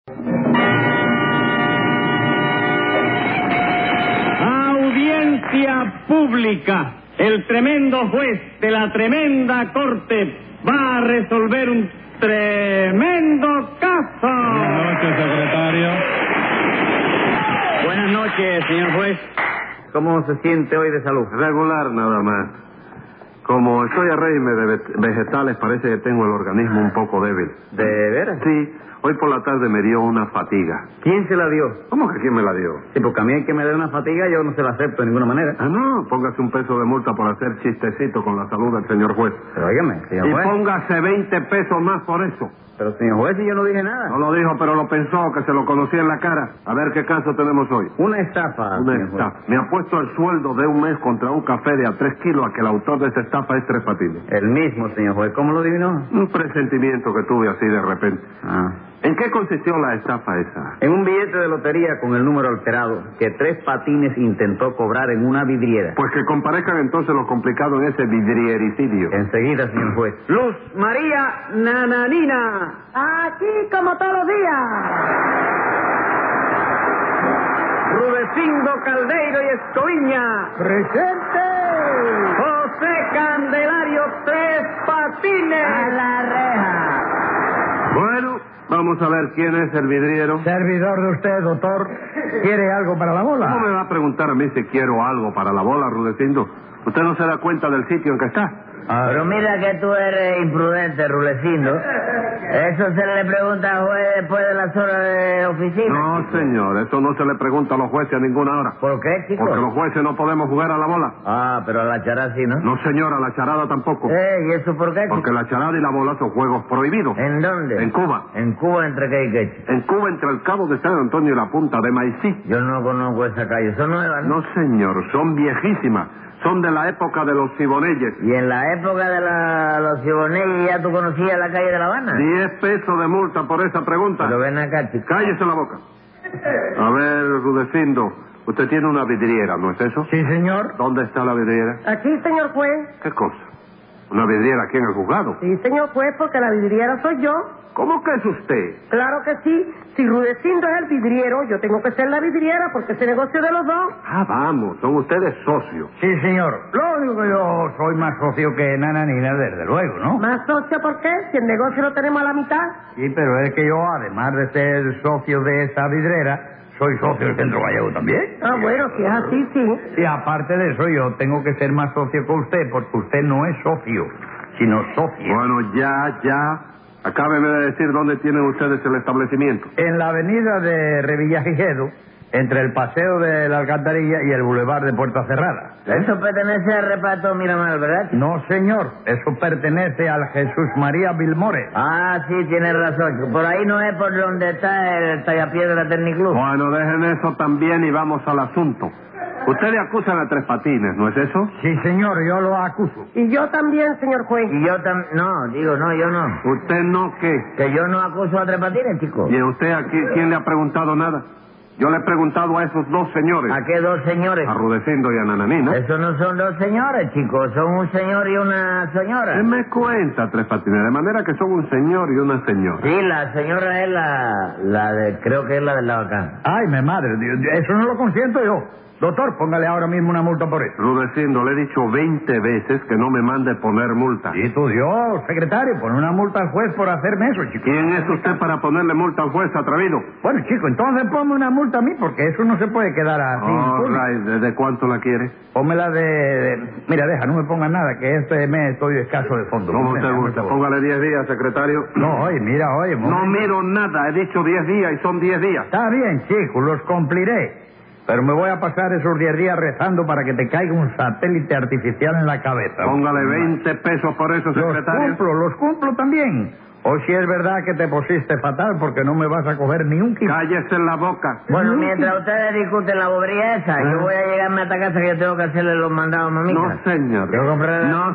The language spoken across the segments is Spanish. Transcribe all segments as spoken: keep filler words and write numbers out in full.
Audiencia pública. El tremendo juez de la tremenda corte va a resolver un tremendo caso. Buenas noches, secretario. Buenas noches, señor juez. ¿Cómo se siente hoy de salud? Regular nada más. Como estoy a régimen de vegetales, parece que tengo el organismo un poco débil. ¿De veras? Sí, hoy por la tarde me dio una fatiga. ¿Quién se la dio? ¿Cómo que quién me la dio? Sí, porque a mí que me dé una fatiga yo no se la acepto de ninguna manera. Ah, no, póngase un peso de multa por hacer chistecito con la salud del señor juez. Pero óigame, señor Y juez. póngase veinte pesos más por eso. Pero señor juez, si yo no dije nada. No lo dijo, pero lo pensó, que se lo conocía en la cara. A ver qué caso tenemos hoy. Una estafa, Una señor estafa. juez. Me ha puesto el sueldo de un mes contra un café de a tres kilos a que el autor de esta estafa es Tres Patines. El mismo, señor juez. ¿Cómo lo adivinó? Un presentimiento que tuve así de repente. Ah. ¿En qué consistió la estafa esa? En un billete de lotería con el número alterado que Tres Patines intentó cobrar en una vidriera. Pues que comparezcan entonces lo complicado en ese vidriericidio. Enseguida, señor juez. Luz María Nananina. Aquí como todos los días. Rudecindo Caldeiro y Escoviña. ¡Presente! José Candelario Tres Patines. A la reja. Bueno, vamos a ver quién es el vidriero. Servidor de usted, doctor. ¿Quiere algo para la bola? ¿Cómo me va a preguntar a mí si quiero algo para la bola, Rudecindo? ¿Usted no se da cuenta del sitio en que está? Ah, Pero mira que tú eres imprudente, Rulecindo. Eso se le pregunta al juez después de las horas de oficina. No, señor, eso no se le pregunta a los jueces a ninguna hora. ¿Por qué, chico? Porque los jueces no podemos jugar a la bola. Ah, pero a la charada sí, ¿no? No, señor, a la charada tampoco. Eh, ¿y eso por qué, chico? Porque la charada y la bola son juegos prohibidos. ¿En dónde? En Cuba. ¿En Cuba entre qué y qué, chico? En Cuba, entre el Cabo de San Antonio y la Punta de Maicí. Yo no conozco esa calle. ¿Son nuevas, no? No, señor, son viejísimas. Son de la época de los Siboneyes. ¿Y en la época de la, los Siboneyes ya tú conocías la calle de La Habana? Diez pesos de multa por esa pregunta. Pero ven acá, chico. Cállese la boca. A ver, Rudecindo, usted tiene una vidriera, ¿no es eso? sí, señor. ¿Dónde está la vidriera? Aquí, señor juez. ¿Qué cosa? ¿Una vidriera aquí en el juzgado? Sí, señor juez, porque la vidriera soy yo. ¿Cómo que es usted? Claro que sí. Si Rudecindo es el vidriero, yo tengo que ser la vidriera porque es el negocio de los dos. Ah, vamos, son ustedes socios. Sí, señor. Lo único que yo soy más socio que Nananina, desde luego, ¿no? ¿Más socio por qué? Si el negocio lo tenemos a la mitad. Sí, pero es que yo, además de ser socio de esa vidrera, soy socio del Centro Gallego también. Ah, bueno, si es así, sí. Y aparte de eso, yo tengo que ser más socio que usted, porque usted no es socio, sino socio. Bueno, ya, ya. Acábeme de decir dónde tienen ustedes el establecimiento. En la avenida de Revillagigedo, entre el Paseo de la Alcantarilla y el Boulevard de Puerta Cerrada. Eso pertenece al reparto Miramar, ¿verdad, chico? No, señor. Eso pertenece al Jesús María Vilmore. Ah, sí, tienes razón, chico. Por ahí no es por donde está el Tallapiedra Techniclub. Bueno, dejen eso también y vamos al asunto. Ustedes acusan a Tres Patines, ¿no es eso? Sí, señor, yo lo acuso. Y yo también, señor juez. Y yo también... No, digo, no, yo no. ¿Usted no qué? Que yo no acuso a Tres Patines, chico. ¿Y a usted aquí quién le ha preguntado nada? Yo le he preguntado a esos dos señores. ¿A qué dos señores? A Rudecindo y a Nananina. Eso no son dos señores, chicos. Son un señor y una señora. ¿Qué me cuenta, Tres Patines? De manera que son un señor y una señora. Sí, la señora es la... La de... Creo que es la del lavacán. Ay, mi madre, Dios, eso no lo consiento yo. Doctor, póngale ahora mismo una multa por eso. Rudecindo, le he dicho veinte veces que no me mande poner multa. Y tú, Dios, secretario, pon una multa al juez por hacerme eso, chico. ¿Quién es usted para ponerle multa al juez, atrevido? Bueno, chico, entonces ponme una multa a mí, porque eso no se puede quedar así. All impune. right, ¿desde cuánto la quiere? Pónmela de, de... Mira, deja, no me pongas nada, que este mes estoy escaso de fondo. ¿Cómo Mira, usted por gusta? favor. Póngale diez días, secretario. No, oye, mira, oye... No momento. miro nada, he dicho diez días y son diez días. Está bien, chico, los cumpliré. Pero me voy a pasar esos diez días rezando para que te caiga un satélite artificial en la cabeza. Póngale veinte pesos por eso, Los secretario. cumplo, los cumplo también. O si es verdad que te pusiste fatal porque no me vas a coger ni un kilo. Cállese la boca. Bueno, Mm. mientras ustedes discuten la bobería esa, Ah. yo voy a llegarme a esta casa que yo tengo que hacerle los mandados a mamita. No, señor. Tengo que comprar la No, harina.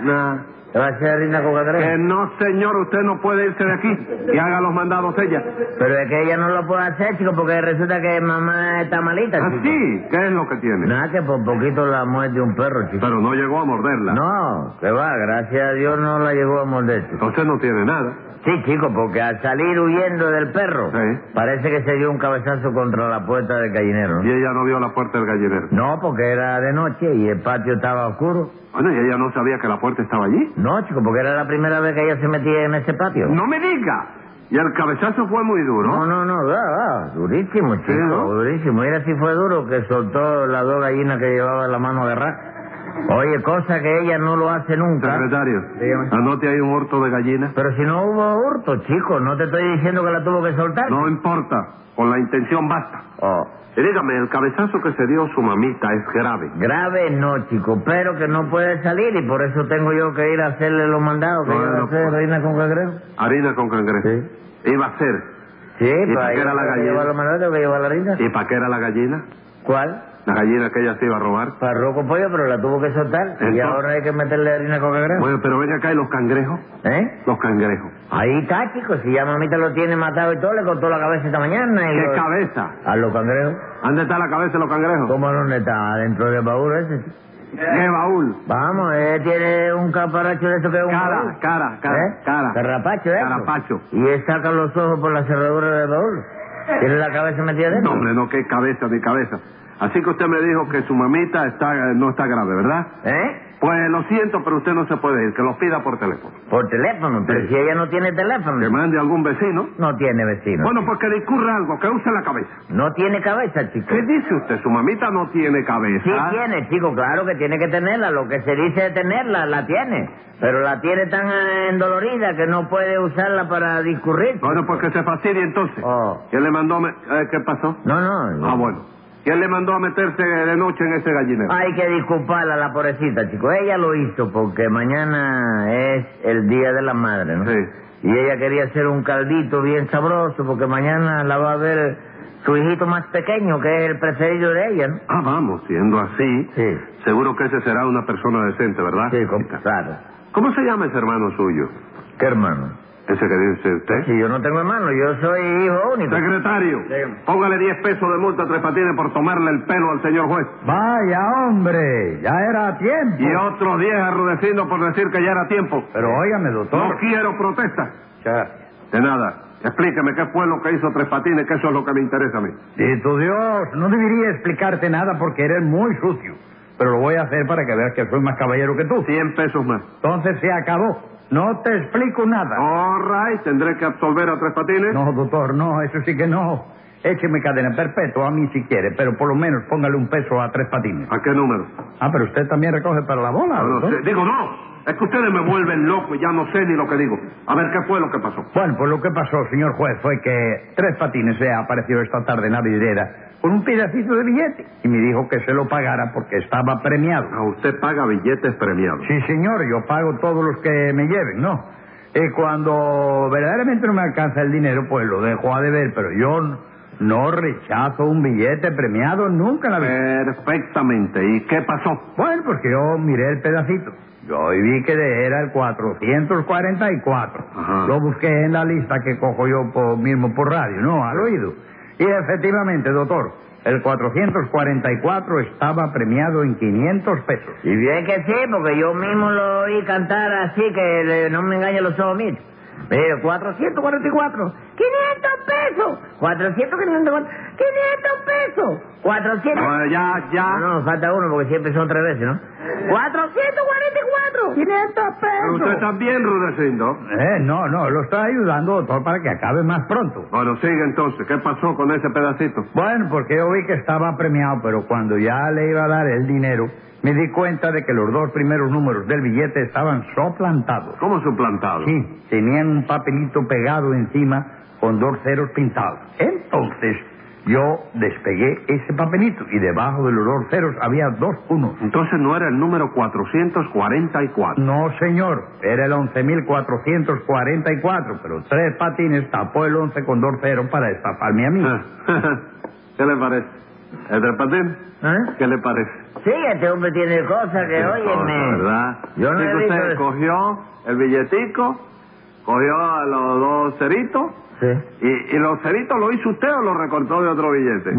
Nah. ¿Te va a hacer harina con cangrejo? Que no, señor, usted no puede irse de aquí y haga los mandados ella. Pero es que ella no lo puede hacer, chico, porque resulta que mamá está malita, ¿Ah, chico. sí? ¿Qué es lo que tiene? Nada, que por poquito la muerde un perro, chico. Pero no llegó a morderla. No, que va, gracias a Dios no la llegó a morder, chico. Entonces no tiene nada. Sí, chico, porque al salir huyendo del perro, Sí. parece que se dio un cabezazo contra la puerta del gallinero, Y ¿no? ella no vio la puerta del gallinero. No, porque era de noche y el patio estaba oscuro. Bueno, y ella no sabía que la puerta estaba allí. No, chico, porque era la primera vez que ella se metía en ese patio. No me diga. Y el cabezazo fue muy duro. No, no, no, va, va, durísimo, chico, Sí, ¿no? durísimo. Mira si fue duro que soltó las dos gallinas que llevaba en la mano agarrada. Oye, cosa que ella no lo hace nunca. Secretario, Dígame. anote ahí un hurto de gallinas. Pero si no hubo hurto, chico, no te estoy diciendo que la tuvo que soltar. No importa, con la intención basta. Oh, Y dígame, el cabezazo que se dio su mamita es grave. grave no, chico, pero que no puede salir y por eso tengo yo que ir a hacerle los mandados que Bueno, iba a hacer pues. reina con cangrejo. Harina con cangrejo. Sí. Iba a ser. Sí, para para qué era la que gallina? llevar los mandados tengo que llevar la harina. ¿Y para qué era la gallina? ¿Cuál? La gallina que ella se iba a robar. Para roco pollo, pero la tuvo que soltar y Entonces- ahora hay que meterle harina con cangrejo. Bueno, pero ven acá, ¿y los cangrejos? ¿Eh? Los cangrejos. Ahí está, chico, si ya mamita lo tiene matado y todo, le cortó la cabeza esta mañana y ¿Qué lo- cabeza? a los cangrejos. ¿Dónde está la cabeza de los cangrejos? ¿Cómo dónde está? ¿Dentro del baúl ese? chico? ¿Qué baúl? Vamos, él tiene un caparacho de esto que es un Cara, baúl. cara, cara, ¿Eh? cara. Carrapacho, ¿eh? Carapacho. Y él saca los ojos por la cerradura del baúl. ¿Tiene la cabeza metida No, dentro? hombre, no, qué cabeza ni cabeza. Así que usted me dijo que su mamita está, eh, no está grave, ¿verdad? ¿Eh? Pues lo siento, pero usted no se puede ir, que lo pida por teléfono. Por teléfono, pero Sí. si ella no tiene teléfono. Que mande algún vecino. No tiene vecino. Bueno, pues que discurra algo, que use la cabeza. No tiene cabeza, chico. ¿Qué dice usted? Su mamita no tiene cabeza. Sí tiene, chico, claro que tiene que tenerla. Lo que se dice de tenerla, la tiene. Pero la tiene tan eh, endolorida que no puede usarla para discurrir. Bueno, pues que se fastidie entonces. Oh. ¿Quién le mandó? Me... eh, ¿Qué pasó? No, no. Ah, bueno. ¿Quién le mandó a meterse de noche en ese gallinero? Hay que disculparla, la pobrecita, chico. Ella lo hizo porque mañana es el Día de la Madre, ¿no? Sí. Y ella quería hacer un caldito bien sabroso porque mañana la va a ver su hijito más pequeño, que es el preferido de ella, ¿no? Ah, vamos, siendo así, Sí. seguro que ese será una persona decente, ¿verdad? Sí, com- claro. ¿Cómo se llama ese hermano suyo? ¿Qué hermano? Ese que dice usted. Si yo no tengo hermano, yo soy hijo único. Secretario, Sí. póngale diez pesos de multa a Tres Patines por tomarle el pelo al señor juez. Vaya, hombre, ya era tiempo. Y otros diez a Rudecindo por decir que ya era tiempo. Pero óigame, doctor. No quiero protestas. Ya. De nada. Explíqueme qué fue lo que hizo Tres Patines, que eso es lo que me interesa a mí. Y tu Dios, no debería explicarte nada porque eres muy sucio. Pero lo voy a hacer para que veas que soy más caballero que tú. Cien pesos más. Entonces se acabó. No te explico nada. All right, tendré que absolver a Tres Patines. No, doctor, no, eso sí que no. Écheme cadena perpetua a mí si quiere, pero por lo menos póngale un peso a Tres Patines. ¿A qué número? Ah, pero usted también recoge para la bola, No, no doctor. sé. Digo, no. Es que ustedes me vuelven loco y ya no sé ni lo que digo. A ver, ¿qué fue lo que pasó? Bueno, pues lo que pasó, señor juez, fue que Tres Patines se apareció esta tarde en la vidriera con un pedacito de billete y me dijo que se lo pagara porque estaba premiado. A usted paga billetes premiados. Sí, señor, yo pago todos los que me lleven, ¿no? Y cuando verdaderamente no me alcanza el dinero, pues lo dejo a deber, pero yo n- no rechazo un billete premiado nunca en la vida. Perfectamente. ¿Y qué pasó? Bueno, porque yo miré el pedacito. Yo vi que era el cuatrocientos cuarenta y cuatro. Ajá. Lo busqué en la lista que cojo yo por, mismo por radio, ¿no? Al oído. Y efectivamente, doctor, el cuatrocientos cuarenta y cuatro estaba premiado en quinientos pesos. Y bien que sí, porque yo mismo lo oí cantar así que le- no me engañen los ojos míos. Mire, cuatrocientos cuarenta y cuatro. ¡quinientos pesos! cuatrocientos, quinientos, quinientos pesos. cuatrocientos. Bueno, ya, ya. No, no, falta uno porque siempre son tres veces, ¿no? cuatrocientos cuarenta y cuatro. quinientos Pero pesos. usted también, Rudecindo. Eh, no, no, lo estoy ayudando, doctor, para que acabe más pronto. Bueno, sigue entonces. ¿Qué pasó con ese pedacito? Bueno, porque yo vi que estaba premiado, pero cuando ya le iba a dar el dinero, me di cuenta de que los dos primeros números del billete estaban soplantados. ¿Cómo suplantado? Sí, tenían un papelito pegado encima con dos ceros pintados. Entonces, yo despegué ese papelito y debajo de los dos ceros había dos unos. Entonces no era el número cuatrocientos cuarenta y cuatro. No, señor, era el once mil cuatrocientos cuarenta y cuatro, pero Tres Patines tapó el once con dos ceros para estafarme a mí. ¿Qué le parece? ¿El Tres Patines? ¿Eh? ¿Qué le parece? Sí, este hombre tiene cosas que, Qué óyeme... cosa, ¿verdad? Yo no Sí, he que visto... usted cogió el billetico, cogió a los dos ceritos, Sí. y, y los ceritos lo hizo usted o lo recortó de otro billete.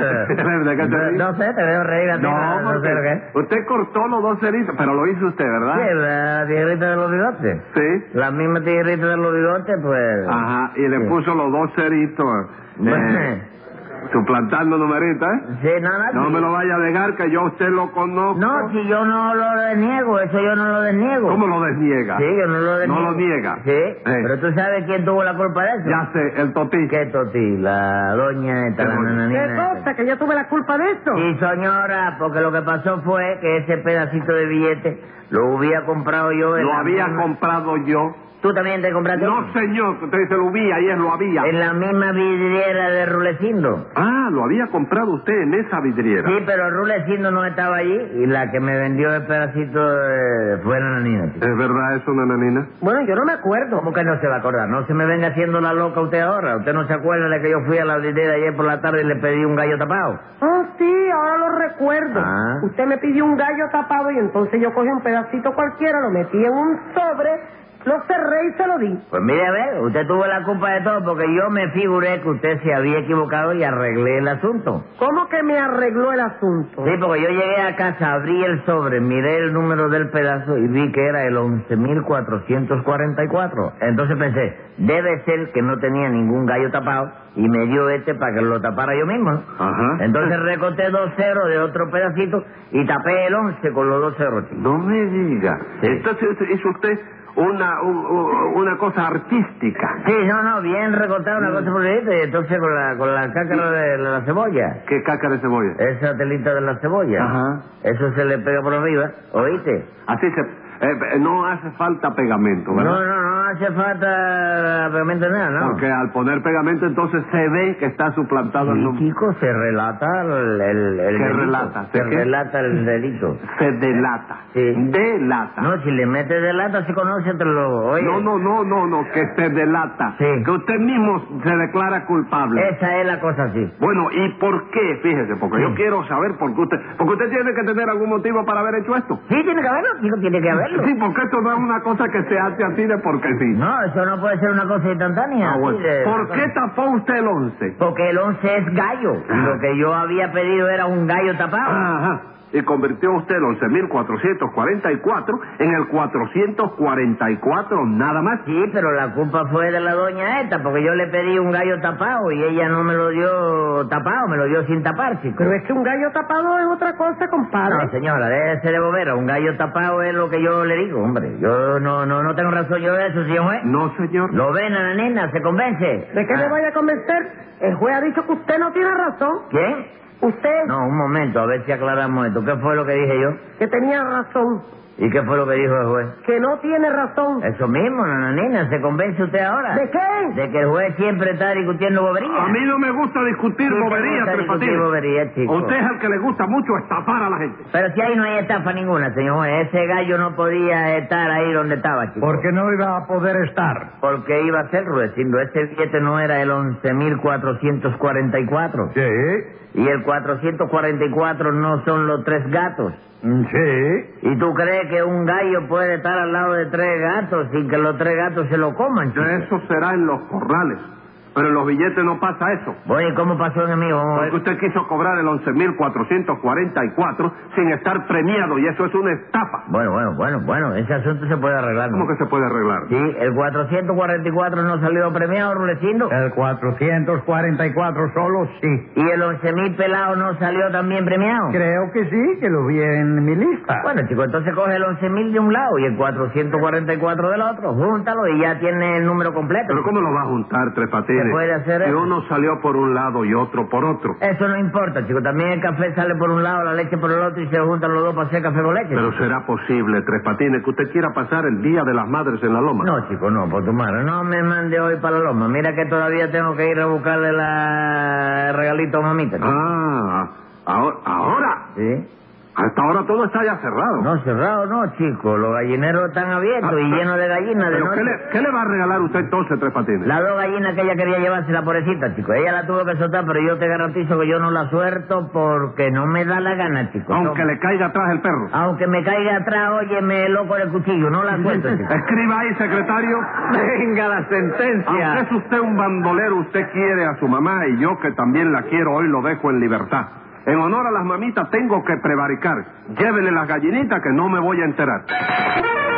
¿De qué se ríe? no, no sé, te veo reír a ti. No, no porque sé lo que es. usted cortó los dos ceritos, pero lo hizo usted, ¿verdad? Sí, la tigrita de los bigotes. Sí. La misma tigrita de los bigotes, pues... Ajá, y le Sí. puso los dos ceritos, Bueno. eh, suplantando numerita, ¿eh? Sí, nada. No sí. me lo vaya a negar que yo a usted lo conozco. No, si yo no lo desniego, eso yo no lo desniego. ¿Cómo lo desniega? Sí, yo no lo desniego. No lo niega. Sí, Eh. pero tú sabes quién tuvo la culpa de eso. Ya sé, el totí. ¿Qué toti? La doña esta, ¿Qué la doña? nananina ¿Qué esta. cosa? ¿Que yo tuve la culpa de esto? Sí, señora, porque lo que pasó fue que ese pedacito de billete lo había comprado yo en Lo la había misma- comprado yo. ¿Tú también te compraste? No, uno? señor, que usted dice lo vi, ahí es lo había. En la misma vidriera de Rulecindo. Ah, lo había comprado usted en esa vidriera. Sí, pero Rulecindo no estaba allí y la que me vendió el pedacito eh, fue la nanina. chico. ¿Es verdad eso, nananina? Bueno, yo no me acuerdo. ¿Cómo que no se va a acordar? No se me venga haciendo la loca usted ahora. ¿Usted no se acuerda de que yo fui a la vidriera ayer por la tarde y le pedí un gallo tapado? Ah, sí, ahora lo recuerdo. Ah. Usted me pidió un gallo tapado y entonces yo cogí un pedacito cualquiera, lo metí en un sobre, lo cerré y se lo di. Pues mire, a ver, usted tuvo la culpa de todo porque yo me figuré que usted se había equivocado y arreglé el asunto. ¿Cómo que me arregló el asunto? Sí, porque yo llegué a casa, abrí el sobre, miré el número del pedazo y vi que era el once mil cuatrocientos cuarenta y cuatro. Entonces pensé, debe ser que no tenía ningún gallo tapado y me dio este para que lo tapara yo mismo. ¿no? Ajá. Entonces recorté dos ceros de otro pedacito y tapé el once con los dos ceros. chico. No me diga. Sí. Entonces hizo usted una un- un- una cosa artística. Sí, no, no, bien recortado una cosa por ahí, y entonces con la, con la cácara de la cebolla. ¿Qué caca de cebolla? Esa telita de la cebolla. Ajá. Eso se le pega por arriba, ¿oíste? Así se... eh, no hace falta pegamento, ¿verdad? No, no, no hace falta pegamento nada, ¿no? Porque al poner pegamento entonces se ve que está suplantado el Sí, nombre. chico, se relata el, el, el ¿Qué delito. relata? Se ¿Se qué? relata el delito. Se delata. Sí. Delata. No, si le mete delata se conoce entre los... Oye, No, no, no, no, no, que se delata. Sí. Que usted mismo se declara culpable. esa es la cosa, sí. Bueno, ¿y por qué? Fíjese, porque Sí. yo quiero saber por qué usted... Porque usted tiene que tener algún motivo para haber hecho esto. Sí, tiene que haberlo, chico, tiene que haberlo. Sí, porque esto no es una cosa que se hace así de porque sí. No, eso no puede ser una cosa instantánea. Ah, bueno. así de- ¿Por qué tapó usted el once? Porque el once es gallo. Y Ah. lo que yo había pedido era un gallo tapado. Ajá. Y convirtió usted el once mil cuatrocientos cuarenta y cuatro en el cuatrocientos cuarenta y cuatro nada más. Sí, pero la culpa fue de la doña esta, porque yo le pedí un gallo tapado y ella no me lo dio tapado, me lo dio sin tapar, chico. Pero es que un gallo tapado es otra cosa, compadre. No, señora, déjese de bobera. Un gallo tapado es lo que yo le digo, hombre. Yo no no no tengo razón yo de eso, señor juez. No, señor. Lo ven a la nena, se convence. ¿De qué Ah. me vaya a convencer? El juez ha dicho que usted no tiene razón. ¿Quién? Usted, No, un momento, a ver si aclaramos esto. ¿Qué fue lo que dije yo? que tenía razón. ¿Y qué fue lo que dijo el juez? Que no tiene razón. Eso mismo, nananina, ¿se convence usted ahora? ¿De qué? De que el juez siempre está discutiendo boberías. A mí no me gusta discutir Sí, te boberías, gusta Tres discutir Patines. boberías, chico. A usted es el que le gusta mucho estafar a la gente. Pero si ahí no hay estafa ninguna, señor juez. Ese gallo no podía estar ahí donde estaba, chico. Porque no iba a poder estar. Porque iba a ser, Rudecindo. Ese billete no era el once mil cuatrocientos cuarenta y cuatro. Sí, Y el cuatrocientos cuarenta y cuatro no son los tres gatos. mm, sí. ¿Y tú crees que un gallo puede estar al lado de tres gatos sin que los tres gatos se lo coman, chico? Eso será en los corrales. Pero en los billetes no pasa eso. Bueno, ¿y cómo pasó en el mío? Vamos a ver. Porque usted quiso cobrar el once mil cuatrocientos cuarenta y cuatro sin estar premiado y eso es una estafa. Bueno, bueno, bueno, bueno. Ese asunto se puede arreglar, ¿no? ¿Cómo que se puede arreglar? Sí, el cuatrocientos cuarenta y cuatro no salió premiado, Rulecindo. El cuatrocientos cuarenta y cuatro solo sí. Y el once mil pelado no salió también premiado. Creo que sí, que lo vi en mi lista. Bueno, chico, entonces coge el once mil de un lado y el cuatrocientos cuarenta y cuatro del otro. Júntalo y ya tiene el número completo. Pero ¿cómo lo va a juntar, Tres Patines? ¿Se puede hacer Si eso? uno salió por un lado y otro por otro. Eso no importa, chico. También el café sale por un lado, la leche por el otro y se juntan los dos para hacer café con leche. Pero será posible, Tres Patines, que usted quiera pasar el Día de las Madres en la Loma. No, chico, no, por tu madre. No me mande hoy para la loma. Mira que todavía tengo que ir a buscarle la el regalito a mamita. chico. Ah, ahora, ahora. ¿Sí? Hasta ahora todo está ya cerrado. No, cerrado no, chico. Los gallineros están abiertos Ah, y llenos de gallinas de ¿Pero noche. qué le, qué le va a regalar usted entonces, Tres Patines? Las dos gallinas que ella quería llevarse, la pobrecita, chico. Ella la tuvo que soltar, pero yo te garantizo que yo no la suelto porque no me da la gana, chico. Aunque No. le caiga atrás el perro. Aunque me caiga atrás, óyeme, loco el cuchillo, no la suelto, chico. Escriba ahí, secretario. Venga la sentencia. Aunque es usted un bandolero, usted quiere a su mamá y yo que también la quiero, hoy lo dejo en libertad. En honor a las mamitas tengo que prevaricar. Llévele las gallinitas que no me voy a enterar.